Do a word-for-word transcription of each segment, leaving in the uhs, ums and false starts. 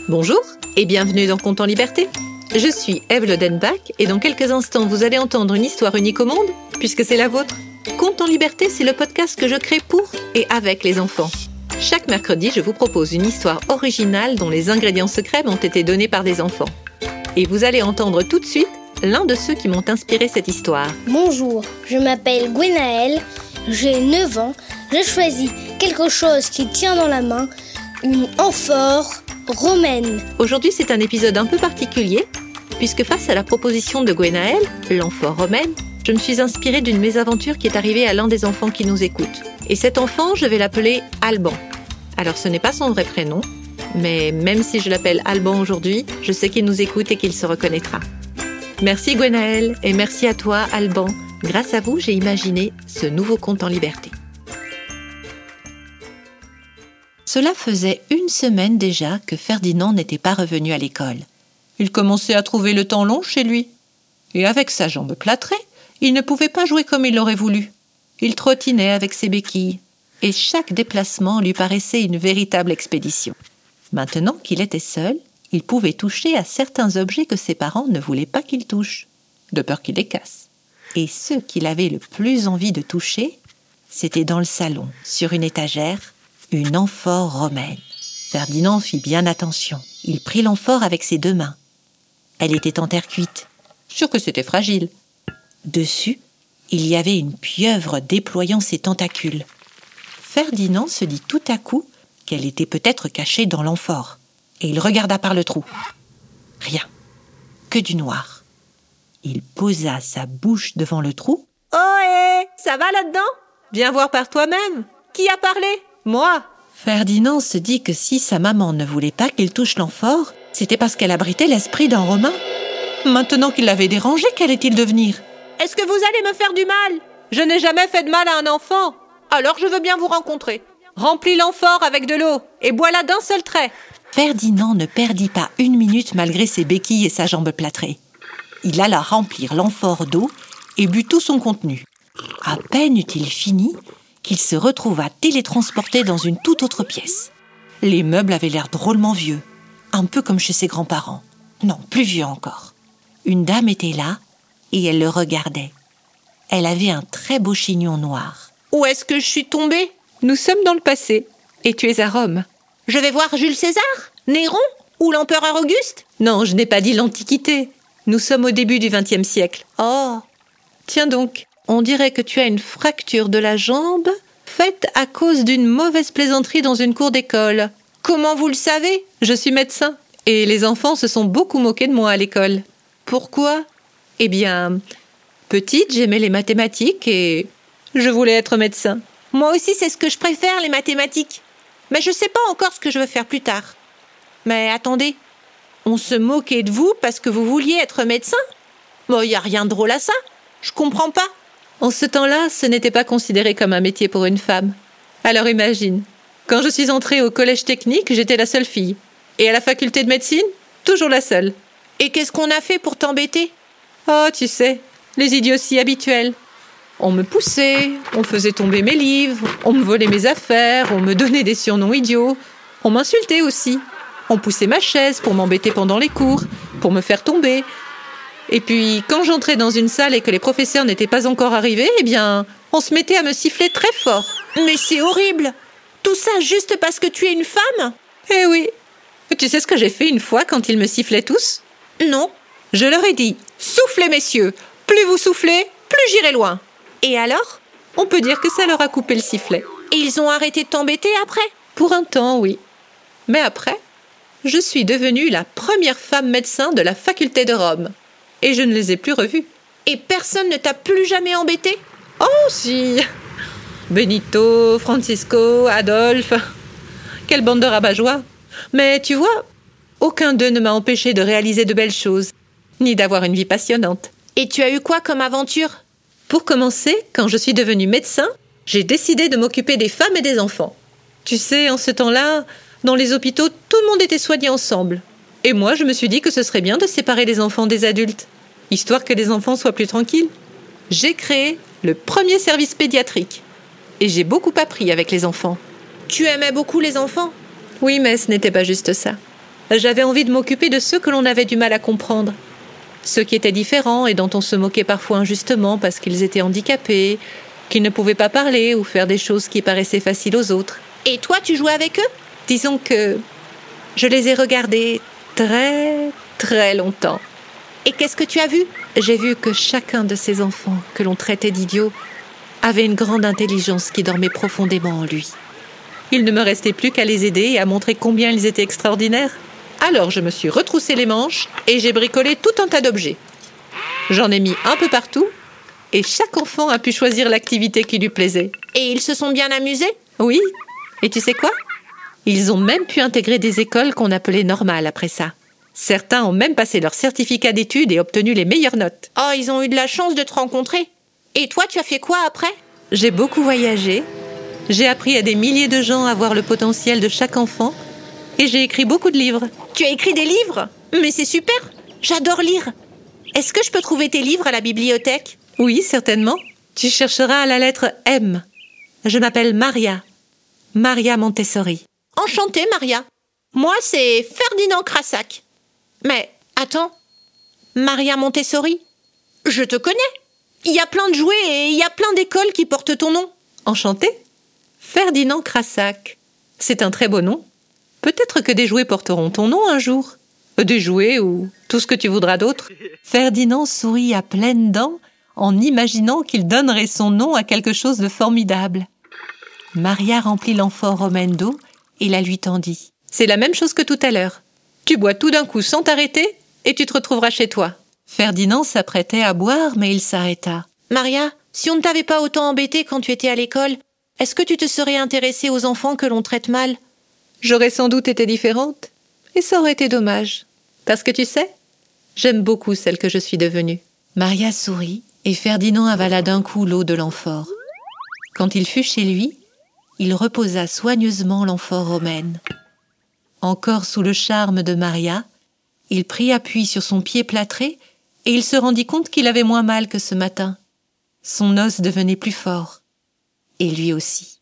Bonjour et bienvenue dans Contes en Liberté. Je suis Ève Lodenbach et dans quelques instants vous allez entendre une histoire unique au monde puisque c'est la vôtre. Contes en Liberté, c'est le podcast que je crée pour et avec les enfants. Chaque mercredi, je vous propose une histoire originale dont les ingrédients secrets m'ont été donnés par des enfants. Et vous allez entendre tout de suite l'un de ceux qui m'ont inspiré cette histoire. Bonjour, je m'appelle Gwenaëlle, j'ai neuf ans. J'ai choisi quelque chose qui tient dans la main, une amphore romaine. Aujourd'hui, c'est un épisode un peu particulier, puisque face à la proposition de Gwenaëlle, l'amphore romaine, je me suis inspirée d'une mésaventure qui est arrivée à l'un des enfants qui nous écoutent. Et cet enfant, je vais l'appeler Alban. Alors, ce n'est pas son vrai prénom, mais même si je l'appelle Alban aujourd'hui, je sais qu'il nous écoute et qu'il se reconnaîtra. Merci Gwenaëlle, et merci à toi Alban. Grâce à vous, j'ai imaginé ce nouveau conte en liberté. Cela faisait une semaine déjà que Ferdinand n'était pas revenu à l'école. Il commençait à trouver le temps long chez lui. Et avec sa jambe plâtrée, il ne pouvait pas jouer comme il l'aurait voulu. Il trottinait avec ses béquilles. Et chaque déplacement lui paraissait une véritable expédition. Maintenant qu'il était seul, il pouvait toucher à certains objets que ses parents ne voulaient pas qu'il touche, de peur qu'il les casse. Et ceux qu'il avait le plus envie de toucher, c'était dans le salon, sur une étagère, une amphore romaine. Ferdinand fit bien attention. Il prit l'amphore avec ses deux mains. Elle était en terre cuite. Sûr que c'était fragile. Dessus, il y avait une pieuvre déployant ses tentacules. Ferdinand se dit tout à coup qu'elle était peut-être cachée dans l'amphore. Et il regarda par le trou. Rien. Que du noir. Il posa sa bouche devant le trou. « Oh, hé, ça va là-dedans ? Viens voir par toi-même. Qui a parlé ? Moi !» Ferdinand se dit que si sa maman ne voulait pas qu'il touche l'amphore, c'était parce qu'elle abritait l'esprit d'un Romain. Maintenant qu'il l'avait dérangé, qu'allait-il devenir ? « Est-ce que vous allez me faire du mal ? Je n'ai jamais fait de mal à un enfant. Alors je veux bien vous rencontrer. Remplis l'amphore avec de l'eau et bois-la d'un seul trait. » Ferdinand ne perdit pas une minute malgré ses béquilles et sa jambe plâtrée. Il alla remplir l'amphore d'eau et but tout son contenu. À peine eut-il fini qu'il se retrouva télétransporté dans une toute autre pièce. Les meubles avaient l'air drôlement vieux, un peu comme chez ses grands-parents. Non, plus vieux encore. Une dame était là et elle le regardait. Elle avait un très beau chignon noir. « Où est-ce que je suis tombée ? Nous sommes dans le passé et tu es à Rome. Je vais voir Jules César, Néron ou l'empereur Auguste ? Non, je n'ai pas dit l'Antiquité. Nous sommes au début du vingtième siècle. Oh, tiens donc. On dirait que tu as une fracture de la jambe faite à cause d'une mauvaise plaisanterie dans une cour d'école. Comment vous le savez ? Je suis médecin. Et les enfants se sont beaucoup moqués de moi à l'école. Pourquoi ? Eh bien, petite, j'aimais les mathématiques et je voulais être médecin. Moi aussi, c'est ce que je préfère, les mathématiques. Mais je ne sais pas encore ce que je veux faire plus tard. Mais attendez, on se moquait de vous parce que vous vouliez être médecin ? Bon, il n'y a rien de drôle à ça. Je comprends pas. En ce temps-là, ce n'était pas considéré comme un métier pour une femme. Alors imagine, quand je suis entrée au collège technique, j'étais la seule fille. Et à la faculté de médecine, toujours la seule. Et qu'est-ce qu'on a fait pour t'embêter ? Oh, tu sais, les idioties habituelles. On me poussait, on faisait tomber mes livres, on me volait mes affaires, on me donnait des surnoms idiots. On m'insultait aussi. On poussait ma chaise pour m'embêter pendant les cours, pour me faire tomber. Et puis, quand j'entrais dans une salle et que les professeurs n'étaient pas encore arrivés, eh bien, on se mettait à me siffler très fort. Mais c'est horrible ! Tout ça juste parce que tu es une femme ? Eh oui. Tu sais ce que j'ai fait une fois quand ils me sifflaient tous ? Non. Je leur ai dit « Soufflez, messieurs ! Plus vous soufflez, plus j'irai loin !» Et alors ? On peut dire que ça leur a coupé le sifflet. Et ils ont arrêté de t'embêter après ? Pour un temps, oui. Mais après, je suis devenue la première femme médecin de la faculté de Rome. Et je ne les ai plus revus. Et personne ne t'a plus jamais embêté ? Oh si ! Benito, Francisco, Adolphe. Quelle bande de rabat-joie ! Mais tu vois, aucun d'eux ne m'a empêché de réaliser de belles choses, ni d'avoir une vie passionnante. Et tu as eu quoi comme aventure ? Pour commencer, quand je suis devenue médecin, j'ai décidé de m'occuper des femmes et des enfants. Tu sais, en ce temps-là, dans les hôpitaux, tout le monde était soigné ensemble. Et moi, je me suis dit que ce serait bien de séparer les enfants des adultes, histoire que les enfants soient plus tranquilles. J'ai créé le premier service pédiatrique. Et j'ai beaucoup appris avec les enfants. Tu aimais beaucoup les enfants ? Oui, mais ce n'était pas juste ça. J'avais envie de m'occuper de ceux que l'on avait du mal à comprendre. Ceux qui étaient différents et dont on se moquait parfois injustement parce qu'ils étaient handicapés, qu'ils ne pouvaient pas parler ou faire des choses qui paraissaient faciles aux autres. Et toi, tu jouais avec eux? Disons que je les ai regardés très, très longtemps. Et qu'est-ce que tu as vu? J'ai vu que chacun de ces enfants que l'on traitait d'idiots avait une grande intelligence qui dormait profondément en lui. Il ne me restait plus qu'à les aider et à montrer combien ils étaient extraordinaires. Alors je me suis retroussé les manches et j'ai bricolé tout un tas d'objets. J'en ai mis un peu partout et chaque enfant a pu choisir l'activité qui lui plaisait. Et ils se sont bien amusés? Oui. Et tu sais quoi? Ils ont même pu intégrer des écoles qu'on appelait normales après ça. Certains ont même passé leur certificat d'études et obtenu les meilleures notes. Oh, ils ont eu de la chance de te rencontrer. Et toi, tu as fait quoi après? J'ai beaucoup voyagé. J'ai appris à des milliers de gens à voir le potentiel de chaque enfant. Et j'ai écrit beaucoup de livres. Tu as écrit des livres? Mais c'est super! J'adore lire. Est-ce que je peux trouver tes livres à la bibliothèque? Oui, certainement. Tu chercheras à la lettre M. Je m'appelle Maria. Maria Montessori. Enchantée, Maria. Moi, c'est Ferdinand Crassac. Mais, attends. Maria Montessori? Je te connais. Il y a plein de jouets et il y a plein d'écoles qui portent ton nom. Enchantée. Ferdinand Crassac. C'est un très beau nom. Peut-être que des jouets porteront ton nom un jour. Des jouets ou tout ce que tu voudras d'autre. Ferdinand sourit à pleines dents en imaginant qu'il donnerait son nom à quelque chose de formidable. Maria remplit l'amphore romaine d'eau et la lui tendit. C'est la même chose que tout à l'heure. Tu bois tout d'un coup sans t'arrêter et tu te retrouveras chez toi. Ferdinand s'apprêtait à boire, mais il s'arrêta. Maria, si on ne t'avait pas autant embêté quand tu étais à l'école, est-ce que tu te serais intéressée aux enfants que l'on traite mal? J'aurais sans doute été différente, et ça aurait été dommage. Parce que tu sais, j'aime beaucoup celle que je suis devenue. Maria sourit, et Ferdinand avala d'un coup l'eau de l'amphore. Quand il fut chez lui, il reposa soigneusement l'amphore romaine. Encore sous le charme de Maria, il prit appui sur son pied plâtré, et il se rendit compte qu'il avait moins mal que ce matin. Son os devenait plus fort, et lui aussi.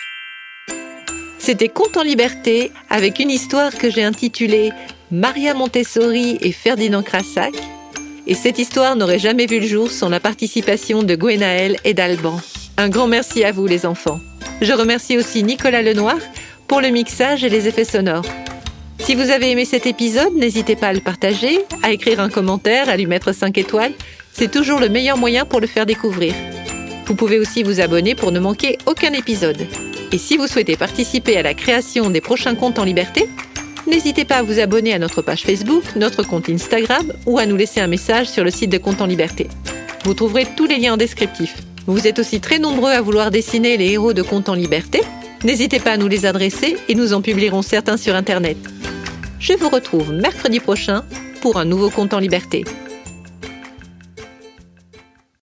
C'était Contes en liberté, avec une histoire que j'ai intitulée « Maria Montessori et Ferdinand Crassac ». Et cette histoire n'aurait jamais vu le jour sans la participation de Gwenaël et d'Alban. Un grand merci à vous les enfants. Je remercie aussi Nicolas Lenoir pour le mixage et les effets sonores. Si vous avez aimé cet épisode, n'hésitez pas à le partager, à écrire un commentaire, à lui mettre cinq étoiles. C'est toujours le meilleur moyen pour le faire découvrir. Vous pouvez aussi vous abonner pour ne manquer aucun épisode. Et si vous souhaitez participer à la création des prochains contes en liberté, n'hésitez pas à vous abonner à notre page Facebook, notre compte Instagram ou à nous laisser un message sur le site de Contes en liberté. Vous trouverez tous les liens en descriptif. Vous êtes aussi très nombreux à vouloir dessiner les héros de Contes en liberté. N'hésitez pas à nous les adresser et nous en publierons certains sur Internet. Je vous retrouve mercredi prochain pour un nouveau Conte en liberté.